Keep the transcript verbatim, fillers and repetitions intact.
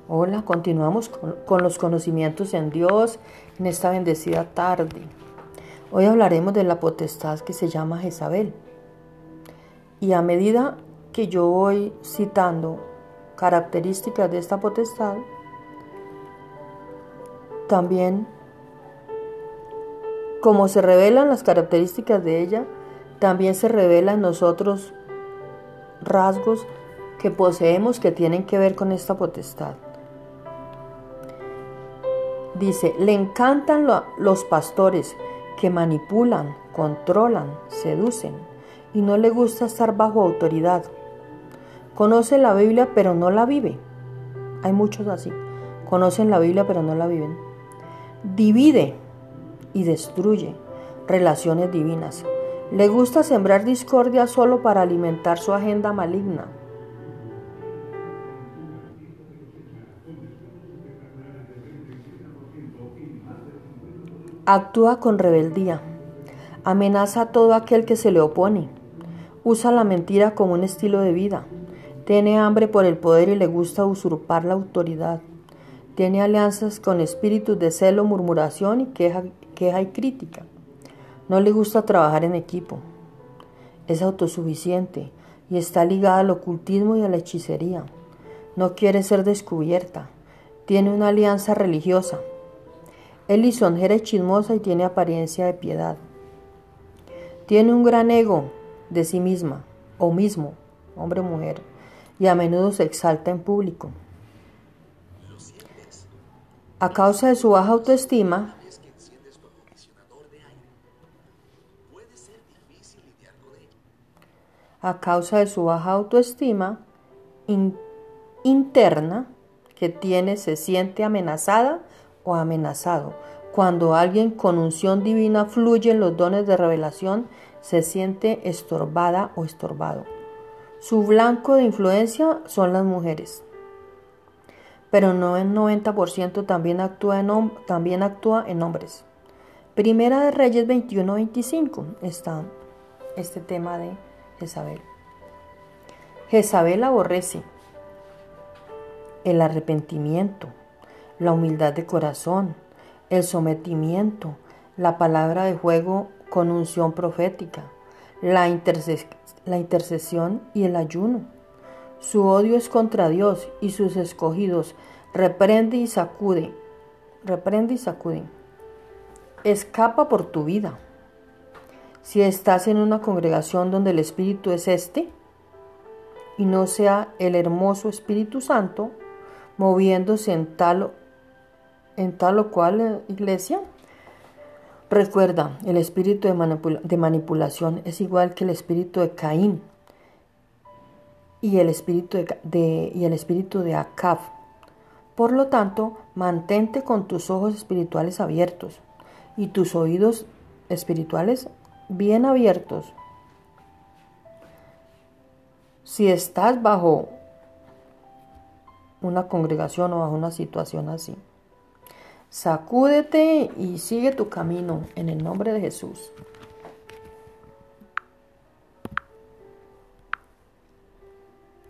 Hola, continuamos con, con los conocimientos en Dios en esta bendecida tarde. Hoy hablaremos de la potestad que se llama Jezabel. Y a medida que yo voy citando características de esta potestad, también como se revelan las características de ella, también se revelan en nosotros rasgos que poseemos que tienen que ver con esta potestad. Dice, le encantan lo, los pastores que manipulan, controlan, seducen y no le gusta estar bajo autoridad. Conoce la Biblia pero no la vive. Hay muchos así. Conocen la Biblia pero no la viven. Divide y destruye relaciones divinas. Le gusta sembrar discordia solo para alimentar su agenda maligna. Actúa con rebeldía, amenaza a todo aquel que se le opone, usa la mentira como un estilo de vida, tiene hambre por el poder y le gusta usurpar la autoridad, tiene alianzas con espíritus de celo, murmuración y queja, queja y crítica, no le gusta trabajar en equipo, es autosuficiente y está ligada al ocultismo y a la hechicería, no quiere ser descubierta, tiene una alianza religiosa, es lisonjera y chismosa y tiene apariencia de piedad. Tiene un gran ego de sí misma, o mismo, hombre o mujer, y a menudo se exalta en público. A causa de su baja autoestima, a causa de su baja autoestima in, interna que tiene, se siente amenazada o amenazado. Cuando alguien con unción divina fluye en los dones de revelación, se siente estorbada o estorbado. Su blanco de influencia son las mujeres, pero no en noventa por ciento también actúa en, también actúa en hombres. Primera de Reyes veintiuno veinticinco está este tema de Jezabel. Jezabel aborrece el arrepentimiento, la humildad de corazón, el sometimiento, la palabra de fuego con unción profética, la, interces la intercesión y el ayuno. Su odio es contra Dios y sus escogidos reprende y sacude, reprende y sacude. Escapa por tu vida. Si estás en una congregación donde el Espíritu es este y no sea el hermoso Espíritu Santo moviéndose en tal en tal o cual iglesia, recuerda, el espíritu de, manipula de manipulación es igual que el espíritu de Caín y el espíritu de, de, y el espíritu de Acab. Por lo tanto, mantente con tus ojos espirituales abiertos y tus oídos espirituales bien abiertos. Si estás bajo una congregación o bajo una situación así, sacúdete y sigue tu camino en el nombre de Jesús.